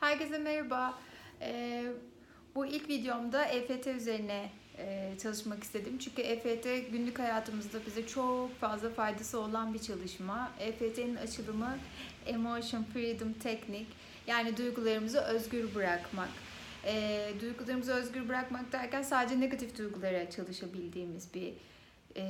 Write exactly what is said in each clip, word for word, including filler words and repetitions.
Herkese merhaba. Ee, bu ilk videomda E F T üzerine e, çalışmak istedim. Çünkü E F T günlük hayatımızda bize çok fazla faydası olan bir çalışma. E F T'nin açılımı Emotion Freedom Technique. Yani duygularımızı özgür bırakmak. E, duygularımızı özgür bırakmak derken sadece negatif duygulara çalışabildiğimiz bir e,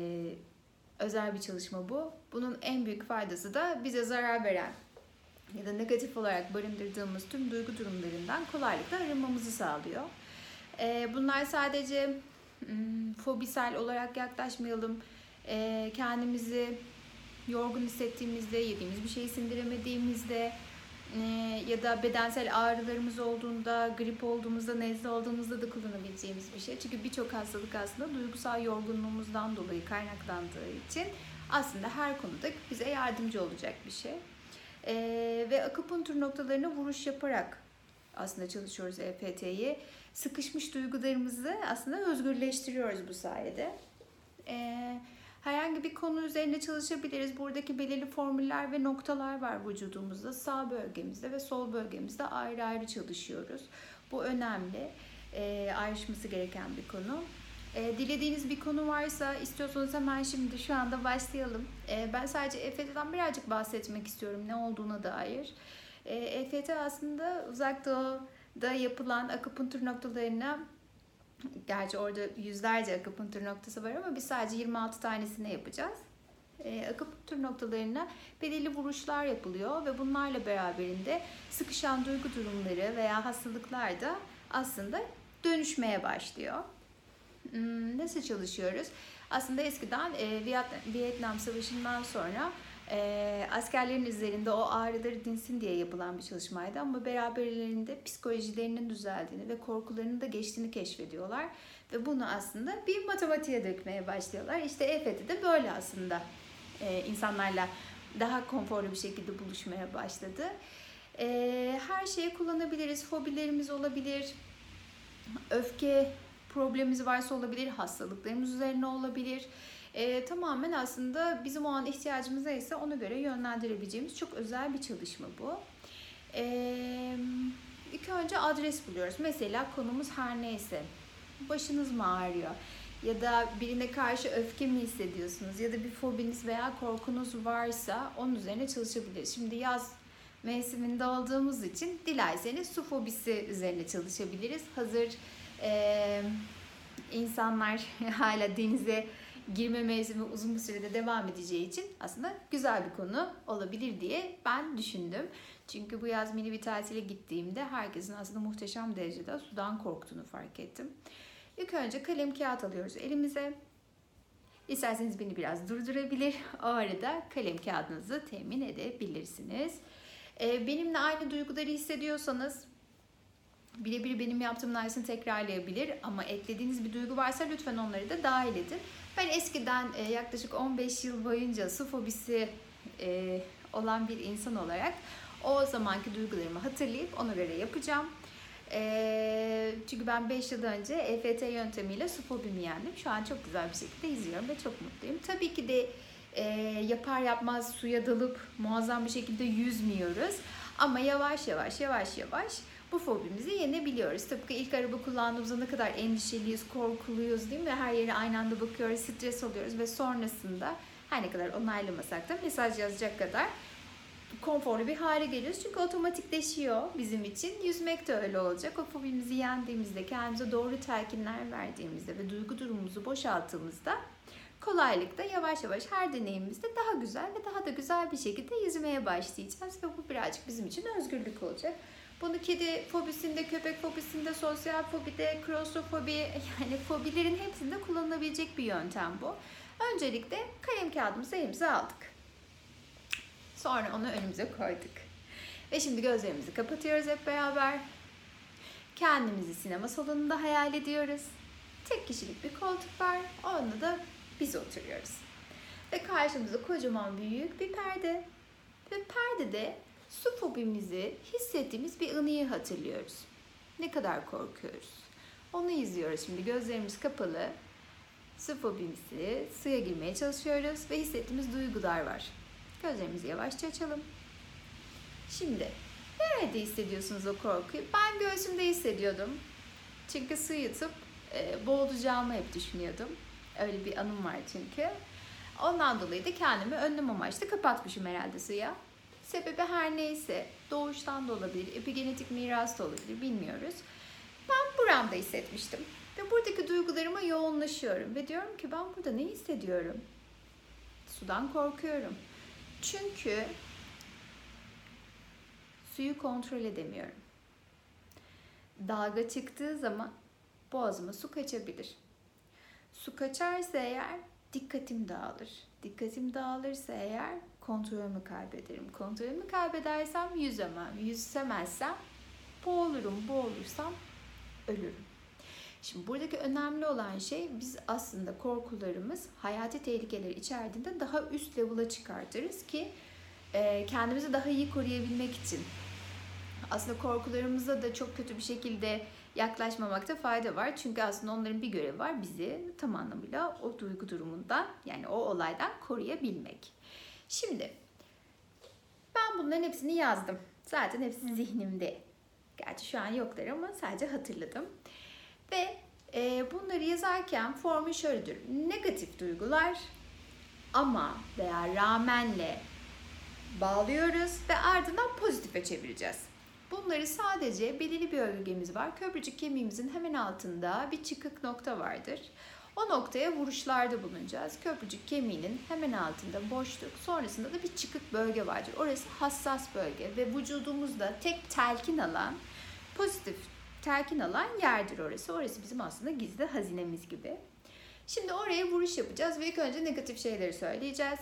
özel bir çalışma bu. Bunun en büyük faydası da bize zarar veren ya da negatif olarak barındırdığımız tüm duygu durumlarından kolaylıkla arınmamızı sağlıyor. Bunlar sadece fobisel olarak yaklaşmayalım. Kendimizi yorgun hissettiğimizde, yediğimiz bir şeyi sindiremediğimizde ya da bedensel ağrılarımız olduğunda, grip olduğumuzda, nezle olduğumuzda da kullanabileceğimiz bir şey. Çünkü birçok hastalık aslında duygusal yorgunluğumuzdan dolayı kaynaklandığı için aslında her konuda bize yardımcı olacak bir şey. Ee, ve akupunktur noktalarına vuruş yaparak aslında çalışıyoruz E F T'yi. Sıkışmış duygularımızı aslında özgürleştiriyoruz bu sayede. Ee, herhangi bir konu üzerinde çalışabiliriz. Buradaki belirli formüller ve noktalar var vücudumuzda. Sağ bölgemizde ve sol bölgemizde ayrı ayrı çalışıyoruz. Bu önemli. Ee, ayrışması gereken bir konu. E, dilediğiniz bir konu varsa istiyorsanız hemen şimdi şu anda başlayalım. E, ben sadece E F T'den birazcık bahsetmek istiyorum ne olduğuna dair. E, E F T aslında Uzak Doğu'da yapılan akupunktur noktalarına, gerçi orada yüzlerce akupunktur noktası var ama biz sadece yirmi altı tanesini yapacağız. E, akupunktur noktalarına belirli vuruşlar yapılıyor ve bunlarla beraberinde sıkışan duygu durumları veya hastalıklar da aslında dönüşmeye başlıyor. Nasıl çalışıyoruz? Aslında eskiden e, Vietnam Savaşı'ndan sonra e, askerlerin üzerinde o ağrıları dinsin diye yapılan bir çalışmaydı. Ama beraberlerinde psikolojilerinin düzeldiğini ve korkularının da geçtiğini keşfediyorlar. Ve bunu aslında bir matematiğe dökmeye başlıyorlar. İşte E F T de böyle aslında e, insanlarla daha konforlu bir şekilde buluşmaya başladı. E, her şeyi kullanabiliriz. Fobilerimiz olabilir. Öfke problemimiz varsa olabilir, hastalıklarımız üzerine olabilir. Ee, tamamen aslında bizim o an ihtiyacımız neyse ona göre yönlendirebileceğimiz çok özel bir çalışma bu. Ee, ilk önce adres buluyoruz. Mesela konumuz her neyse. Başınız mı ağrıyor? Ya da birine karşı öfke mi hissediyorsunuz? Ya da bir fobiniz veya korkunuz varsa onun üzerine çalışabiliriz. Şimdi yaz mevsiminde olduğumuz için dilerseniz su fobisi üzerine çalışabiliriz. Hazır Ee, insanlar hala denize girme mevsimi uzun bir sürede devam edeceği için aslında güzel bir konu olabilir diye ben düşündüm. Çünkü bu yaz mini bir tatile gittiğimde herkesin aslında muhteşem derecede sudan korktuğunu fark ettim. İlk önce kalem kağıt alıyoruz elimize. İsterseniz beni biraz durdurabilir. O arada kalem kağıdınızı temin edebilirsiniz. Ee, benimle aynı duyguları hissediyorsanız birebir benim yaptığımın aynısını tekrarlayabilir ama eklediğiniz bir duygu varsa lütfen onları da dahil edin. Ben eskiden yaklaşık on beş yıl boyunca su fobisi olan bir insan olarak o zamanki duygularımı hatırlayıp ona göre yapacağım. Çünkü ben beş yıl önce E F T yöntemiyle su fobimi yendim. Şu an çok güzel bir şekilde izliyorum ve çok mutluyum. Tabii ki de yapar yapmaz suya dalıp muazzam bir şekilde yüzmüyoruz. Ama yavaş yavaş yavaş yavaş bu fobimizi yenebiliyoruz. Tıpkı ilk araba kullandığımızda ne kadar endişeliyiz, korkuluyuz değil mi? Her yere aynı anda bakıyoruz, stres oluyoruz ve sonrasında her ne kadar onaylamasak da mesaj yazacak kadar konforlu bir hale geliyoruz. Çünkü otomatikleşiyor bizim için. Yüzmek de öyle olacak. O fobimizi yendiğimizde, kendimize doğru telkinler verdiğimizde ve duygu durumumuzu boşalttığımızda kolaylıkla yavaş yavaş her deneyimimizde daha güzel ve daha da güzel bir şekilde yüzmeye başlayacağız. Ve bu birazcık bizim için özgürlük olacak. Bunu kedi fobisinde, köpek fobisinde, sosyal fobide, klostrofobi, yani fobilerin hepsinde kullanılabilecek bir yöntem bu. Öncelikle kalem kağıdımızı elimize aldık. Sonra onu önümüze koyduk. Ve şimdi gözlerimizi kapatıyoruz hep beraber. Kendimizi sinema salonunda hayal ediyoruz. Tek kişilik bir koltuk var. Onda da biz oturuyoruz. Ve karşımızda kocaman büyük bir perde. Ve perdede su fobimizi hissettiğimiz bir anıyı hatırlıyoruz. Ne kadar korkuyoruz. Onu izliyoruz şimdi gözlerimiz kapalı. Su fobimizi, suya girmeye çalışıyoruz ve hissettiğimiz duygular var. Gözlerimizi yavaşça açalım. Şimdi Nerede hissediyorsunuz o korkuyu? Ben göğsümde hissediyordum. Çünkü su yutup e, boğulacağımı hep düşünüyordum. Öyle bir anım var çünkü. Ondan dolayı da kendimi önlem amaçlı kapatmışım herhalde suya. Sebebi her neyse, doğuştan da olabilir, epigenetik miras da olabilir, bilmiyoruz. Ben buramda hissetmiştim. Ve buradaki duygularıma yoğunlaşıyorum. Ve diyorum ki ben burada ne hissediyorum? Sudan korkuyorum. Çünkü suyu kontrol edemiyorum. Dalga çıktığı zaman boğazıma su kaçabilir. Su kaçarsa eğer dikkatim dağılır. Dikkatim dağılırsa eğer kontrolümü kaybederim. Kontrolümü kaybedersem yüzemem. Yüzemezsem boğulurum. Boğulursam ölürüm. Şimdi buradaki önemli olan şey, biz aslında korkularımız hayati tehlikeleri içerdiğinde daha üst level'a çıkartırız ki kendimizi daha iyi koruyabilmek için. Aslında korkularımıza da çok kötü bir şekilde yaklaşmamakta fayda var. Çünkü aslında onların bir görevi var, bizi tam anlamıyla o duygu durumundan, yani o olaydan koruyabilmek. Şimdi ben bunların hepsini yazdım. Zaten hepsi zihnimde. Gerçi şu an yoklar ama sadece hatırladım. Ve e, bunları yazarken formu şöyledir. Negatif duygular ama veya rağmenle bağlıyoruz ve ardından pozitife çevireceğiz. Bunları sadece belirli bir bölgemiz var. Köprücük kemiğimizin hemen altında bir çıkık nokta vardır. O noktaya vuruşlarda bulunacağız. Köprücük kemiğinin hemen altında boşluk, sonrasında da bir çıkık bölge vardır. Orası hassas bölge ve vücudumuzda tek telkin alan, pozitif telkin alan yerdir orası. Orası bizim aslında gizli hazinemiz gibi. Şimdi oraya vuruş yapacağız ve ilk önce negatif şeyleri söyleyeceğiz.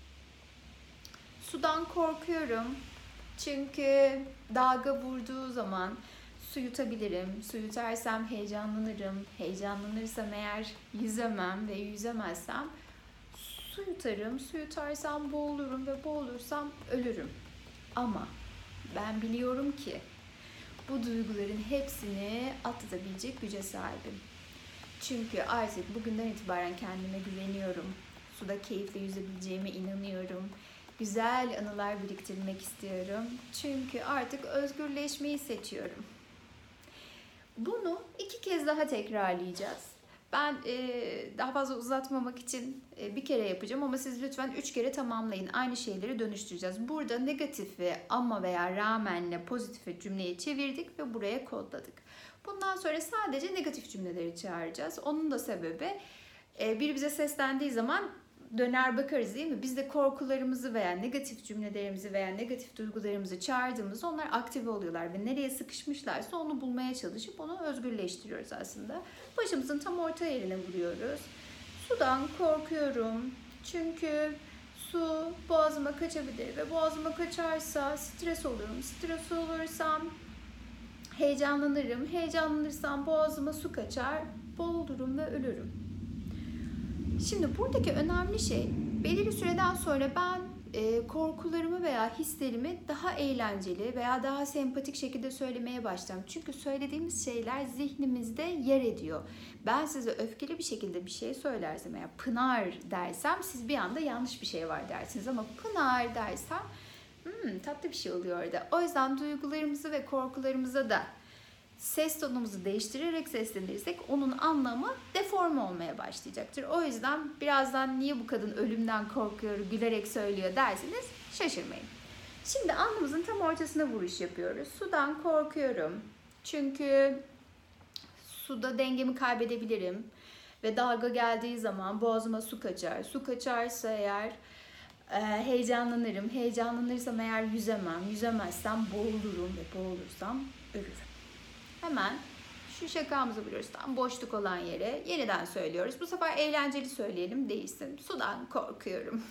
Sudan korkuyorum. Çünkü dalga vurduğu zaman su yutabilirim. Su yutarsam heyecanlanırım. Heyecanlanırsam eğer yüzemem ve yüzemezsem su yutarım. Su yutarsam boğulurum ve boğulursam ölürüm. Ama ben biliyorum ki bu duyguların hepsini atlatabilecek güce sahibim. Çünkü artık bugünden itibaren kendime güveniyorum. Suda keyifle yüzebileceğime inanıyorum. Güzel anılar biriktirmek istiyorum. Çünkü artık özgürleşmeyi seçiyorum. Bunu iki kez daha tekrarlayacağız. Ben e, daha fazla uzatmamak için e, bir kere yapacağım ama siz lütfen üç kere tamamlayın. Aynı şeyleri dönüştüreceğiz. Burada negatifi ama veya rağmenle pozitife cümleye çevirdik ve buraya kodladık. Bundan sonra sadece negatif cümleleri çağıracağız. Onun da sebebi e, biri bize seslendiği zaman döner bakarız değil mi? Biz de korkularımızı veya negatif cümlelerimizi veya negatif duygularımızı çağırdığımızda onlar aktive oluyorlar ve nereye sıkışmışlarsa onu bulmaya çalışıp onu özgürleştiriyoruz aslında. Başımızın tam orta yerine vuruyoruz. Sudan korkuyorum çünkü su boğazıma kaçabilir ve boğazıma kaçarsa stres olurum. Stres olursam heyecanlanırım. Heyecanlanırsam boğazıma su kaçar, boğulurum ve ölürüm. Şimdi buradaki önemli şey, belirli süreden sonra ben e, korkularımı veya hislerimi daha eğlenceli veya daha sempatik şekilde söylemeye başlarım. Çünkü söylediğimiz şeyler zihnimizde yer ediyor. Ben size öfkeli bir şekilde bir şey söylersem, eğer Pınar dersem siz bir anda yanlış bir şey var dersiniz. Ama Pınar dersem hmm, tatlı bir şey oluyor orada. O yüzden duygularımızı ve korkularımıza da ses tonumuzu değiştirerek seslenirsek onun anlamı deforme olmaya başlayacaktır. O yüzden birazdan niye bu kadın ölümden korkuyor, gülerek söylüyor derseniz şaşırmayın. Şimdi alnımızın tam ortasına vuruş yapıyoruz. Sudan korkuyorum. Çünkü suda dengemi kaybedebilirim. Ve dalga geldiği zaman boğazıma su kaçar. Su kaçarsa eğer e, heyecanlanırım. Heyecanlanırsam eğer yüzemem. Yüzemezsem boğulurum ve boğulursam ölürüm. Hemen şu şakamızı buluyoruz. Tam boşluk olan yere yeniden söylüyoruz. Bu sefer eğlenceli söyleyelim, değilsin. Sudan korkuyorum.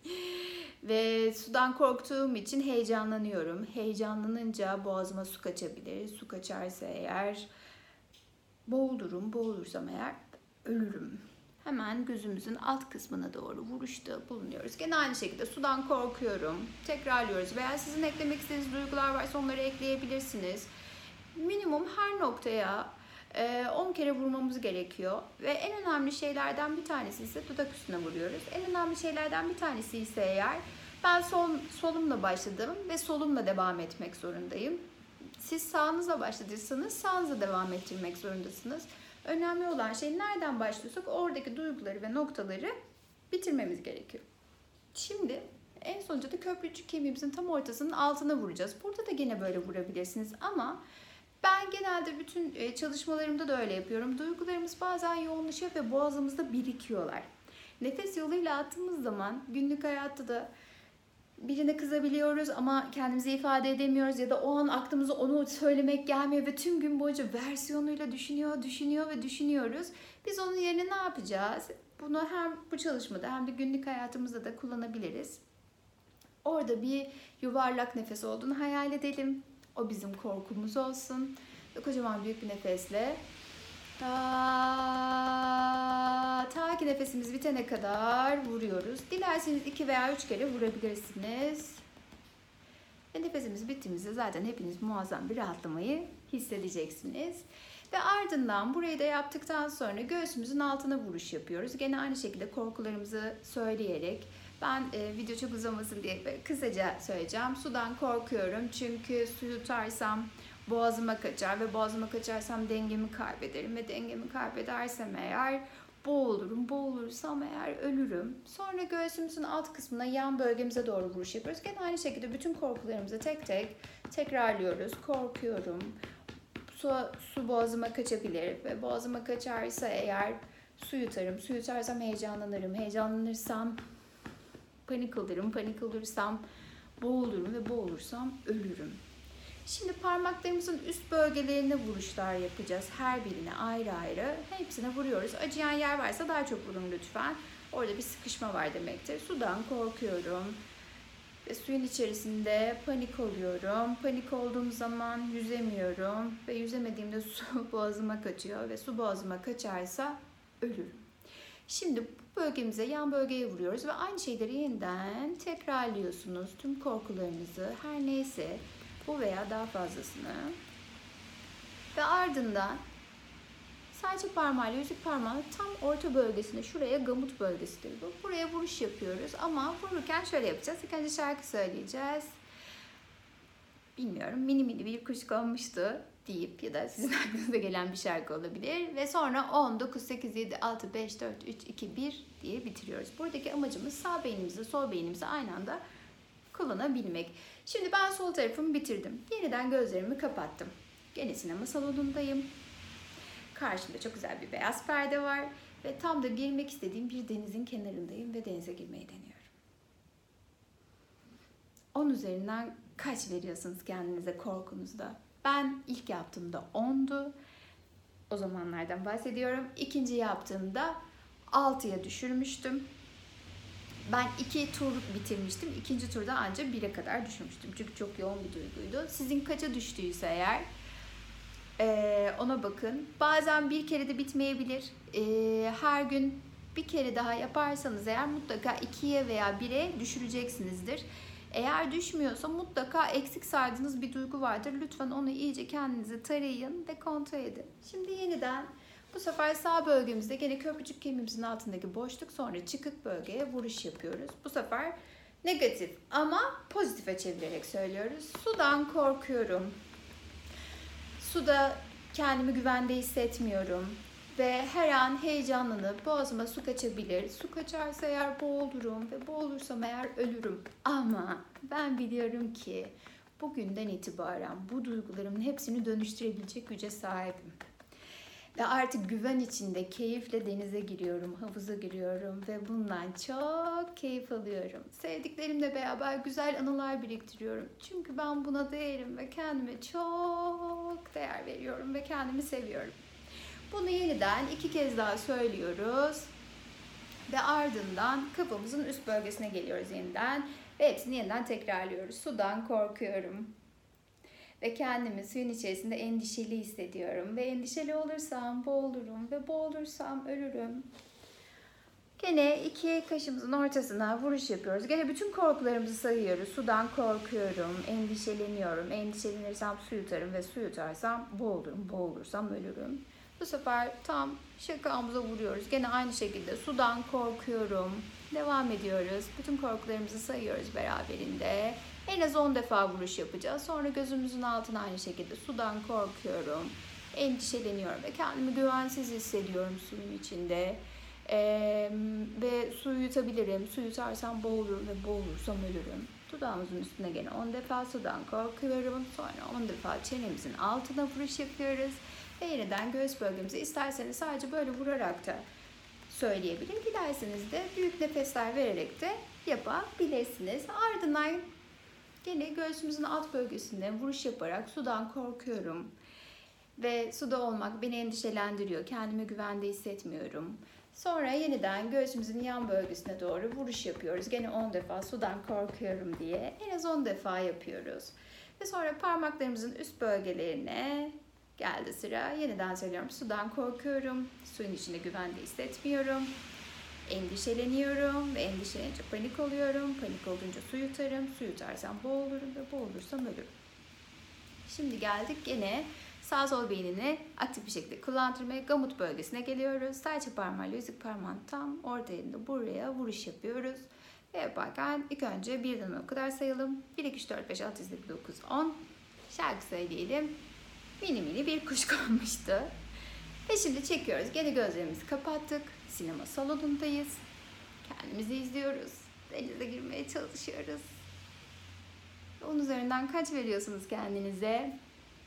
Ve sudan korktuğum için heyecanlanıyorum. Heyecanlanınca boğazıma su kaçabilir. Su kaçarsa eğer boğulurum. Boğulursam eğer ölürüm. Hemen gözümüzün alt kısmına doğru vuruşta bulunuyoruz. Gene aynı şekilde sudan korkuyorum. Tekrarlıyoruz. Veya sizin eklemek istediğiniz duygular varsa onları ekleyebilirsiniz. Minimum her noktaya on kere vurmamız gerekiyor. Ve en önemli şeylerden bir tanesi ise dudak üstüne vuruyoruz. En önemli şeylerden bir tanesi ise eğer Ben sol, solumla başladım ve solumla devam etmek zorundayım. Siz sağınızla başladıysanız sağınızla devam ettirmek zorundasınız. Önemli olan şey nereden başlıyorsak oradaki duyguları ve noktaları bitirmemiz gerekiyor. Şimdi en sonunda da köprücük kemiğimizin tam ortasının altına vuracağız. Burada da gene böyle vurabilirsiniz ama ben genelde bütün çalışmalarımda da öyle yapıyorum. Duygularımız bazen yoğunlaşıyor ve boğazımızda birikiyorlar. Nefes yoluyla attığımız zaman günlük hayatta da birine kızabiliyoruz ama kendimizi ifade edemiyoruz ya da o an aklımıza onu söylemek gelmiyor ve tüm gün boyunca versiyonuyla düşünüyor, düşünüyor ve düşünüyoruz. Biz onun yerine ne yapacağız? Bunu hem bu çalışmada hem de günlük hayatımızda da kullanabiliriz. Orada bir yuvarlak nefes olduğunu hayal edelim. O bizim korkumuz olsun. Ve kocaman büyük bir nefesle ta, ta ki nefesimiz bitene kadar vuruyoruz. Dilerseniz iki veya üç kere vurabilirsiniz. Ve nefesimiz bittiğimizde zaten hepiniz muazzam bir rahatlamayı hissedeceksiniz. Ve ardından burayı da yaptıktan sonra göğsümüzün altına vuruş yapıyoruz. Gene aynı şekilde korkularımızı söyleyerek, ben e, video çok uzamasın diye kısaca söyleyeceğim. Sudan korkuyorum çünkü suyu tutarsam boğazıma kaçar ve boğazıma kaçarsam dengemi kaybederim ve dengemi kaybedersem eğer boğulurum, boğulursam eğer ölürüm. Sonra göğsümüzün alt kısmına, yan bölgemize doğru vuruş yapıyoruz. Gene aynı şekilde bütün korkularımızı tek tek tekrarlıyoruz. Korkuyorum, su, su boğazıma kaçabilir ve boğazıma kaçarsa eğer su yutarım, su yutarsam heyecanlanırım, heyecanlanırsam panik olurum, panik olursam boğulurum ve boğulursam ölürüm. Şimdi parmaklarımızın üst bölgelerine vuruşlar yapacağız. Her birine ayrı ayrı. Hepsine vuruyoruz. Acıyan yer varsa daha çok vurun lütfen. Orada bir sıkışma var demektir. Sudan korkuyorum. Ve suyun içerisinde panik oluyorum. Panik olduğum zaman yüzemiyorum. Ve yüzemediğimde su boğazıma kaçıyor. Ve su boğazıma kaçarsa ölürüm. Şimdi bu bölgemize, yan bölgeye vuruyoruz. Ve aynı şeyleri yeniden tekrarlıyorsunuz. Tüm korkularınızı, her neyse bu veya daha fazlasını. Ve ardından serçe parmağıyla yüzük parmağının tam orta bölgesine, şuraya gamut bölgesidir bu. Buraya vuruş yapıyoruz ama vururken şöyle yapacağız. İlk önce şarkı söyleyeceğiz. Bilmiyorum, mini mini bir kuş konmuştu deyip ya da sizin aklınıza gelen bir şarkı olabilir. Ve sonra on, dokuz, sekiz, yedi, altı, beş, dört, üç, iki, bir diye bitiriyoruz. Buradaki amacımız sağ beynimizi, sol beynimizi aynı anda kullanabilmek. Şimdi ben sol tarafımı bitirdim. Yeniden gözlerimi kapattım. Gene sinema salonundayım. Karşımda çok güzel bir beyaz perde var. Ve tam da girmek istediğim bir denizin kenarındayım ve denize girmeyi deniyorum. on üzerinden kaç veriyorsunuz kendinize korkunuzda? Ben ilk yaptığımda ondu. O zamanlardan bahsediyorum. İkinci yaptığımda altıya düşürmüştüm. Ben iki tur bitirmiştim. İkinci turda ancak bire kadar düşmüştüm. Çünkü çok yoğun bir duyguydu. Sizin kaça düştüyse eğer ee, ona bakın. Bazen bir kere de bitmeyebilir. Ee, her gün bir kere daha yaparsanız eğer mutlaka ikiye veya bire düşüreceksinizdir. Eğer düşmüyorsa mutlaka eksik sardığınız bir duygu vardır. Lütfen onu iyice kendinize tarayın ve kontrol edin. Şimdi yeniden bu sefer sağ bölgemizde gene köprücük kemiğimizin altındaki boşluk, sonra çıkık bölgeye vuruş yapıyoruz. Bu sefer negatif ama pozitife çevirerek söylüyoruz. Sudan korkuyorum. Suda kendimi güvende hissetmiyorum. Ve her an heyecanlanıp boğazıma su kaçabilir. Su kaçarsa eğer boğulurum ve boğulursam eğer ölürüm. Ama ben biliyorum ki bugünden itibaren bu duygularımın hepsini dönüştürebilecek güce sahibim. Ve artık güven içinde keyifle denize giriyorum, havuza giriyorum ve bundan çok keyif alıyorum. Sevdiklerimle beraber güzel anılar biriktiriyorum. Çünkü ben buna değerim ve kendime çok değer veriyorum ve kendimi seviyorum. Bunu yeniden iki kez daha söylüyoruz. Ve ardından kafamızın üst bölgesine geliyoruz yeniden. Ve hepsini yeniden tekrarlıyoruz. Sudan korkuyorum. Ve kendimi suyun içerisinde endişeli hissediyorum. Ve endişeli olursam boğulurum ve boğulursam ölürüm. Gene iki kaşımızın ortasına vuruş yapıyoruz. Gene bütün korkularımızı sayıyoruz. Sudan korkuyorum, endişeleniyorum. Endişelenirsem su yutarım ve su yutarsam boğulurum, boğulursam ölürüm. Bu sefer tam şakamıza vuruyoruz. Gene aynı şekilde sudan korkuyorum. Devam ediyoruz. Bütün korkularımızı sayıyoruz beraberinde. En az on defa vuruş yapacağız. Sonra gözümüzün altına aynı şekilde sudan korkuyorum. Endişeleniyorum ve kendimi güvensiz hissediyorum suyun içinde. Ee, ve suyu yutabilirim. Su yutarsam boğulurum ve boğulursam ölürüm. Dudağımızın üstüne gene on defa sudan korkuyorum. Sonra on defa çenemizin altına vuruş yapıyoruz. Ve yeniden göğüs bölgemize isterseniz sadece böyle vurarak da söyleyebilirim. Dilerseniz de büyük nefesler vererek de yapabilirsiniz. Ardından yine göğsümüzün alt bölgesinde vuruş yaparak sudan korkuyorum. Ve suda olmak beni endişelendiriyor. Kendimi güvende hissetmiyorum. Sonra yeniden göğsümüzün yan bölgesine doğru vuruş yapıyoruz. Gene on defa sudan korkuyorum diye. En az on defa yapıyoruz. Ve sonra parmaklarımızın üst bölgelerine geldi sıra. Yeniden söylüyorum. Sudan korkuyorum. Suyun içinde güvende hissetmiyorum. Endişeleniyorum ve endişelenince panik oluyorum. Panik olunca su yutarım. Su yutarsam boğulurum ve boğulursam ölürüm. Şimdi geldik gene sağ sol beynini aktif bir şekilde kullandırmaya, gamut bölgesine geliyoruz. Serçe parmağıyla yüzük parmağın tam orta yerinde buraya vuruş yapıyoruz. Ve yaparken ilk önce birden o kadar sayalım. bir, iki, üç, dört, beş, altı, yedi, dokuz, on. Şarkı söyleyelim. Mini mini bir kuş konmuştu. Ve şimdi çekiyoruz. Gene gözlerimizi kapattık. Sinema salonundayız. Kendimizi izliyoruz. Denize girmeye çalışıyoruz. on üzerinden kaç veriyorsunuz kendinize?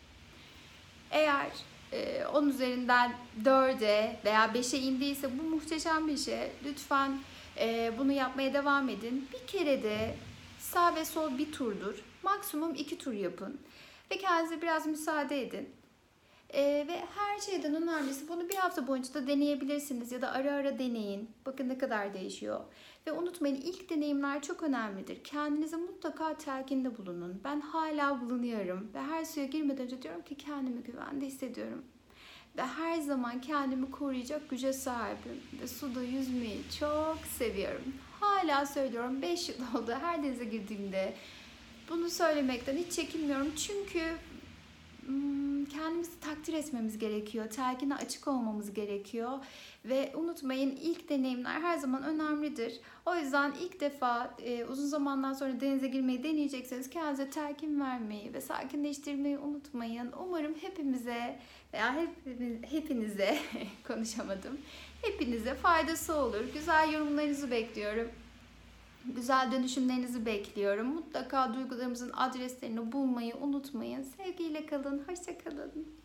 Eğer e, on üzerinden dörde veya beşe indiyse bu muhteşem bir şey. Lütfen e, bunu yapmaya devam edin. Bir kere de sağ ve sol bir turdur. Maksimum iki tur yapın. Ve kendinize biraz müsaade edin. E, ve her şeyden önemlisi bunu bir hafta boyunca da deneyebilirsiniz. Ya da ara ara deneyin. Bakın ne kadar değişiyor. Ve unutmayın, ilk deneyimler çok önemlidir. Kendinize mutlaka telkinde bulunun. Ben hala bulunuyorum. Ve her suya girmeden önce diyorum ki kendimi güvende hissediyorum. Ve her zaman kendimi koruyacak güce sahibim. Ve suda yüzmeyi çok seviyorum. Hala söylüyorum, beş yıl oldu her denize girdiğimde. Bunu söylemekten hiç çekinmiyorum. Çünkü kendimizi takdir etmemiz gerekiyor. Telkine açık olmamız gerekiyor. Ve unutmayın, ilk deneyimler her zaman önemlidir. O yüzden ilk defa e, uzun zamandan sonra denize girmeyi deneyecekseniz kendinize telkin vermeyi ve sakinleştirmeyi unutmayın. Umarım hepimize veya hepimiz, hepinize konuşamadım. Hepinize faydası olur. Güzel yorumlarınızı bekliyorum. Güzel dönüşümlerinizi bekliyorum. Mutlaka duygularımızın adreslerini bulmayı unutmayın. Sevgiyle kalın, hoşça kalın.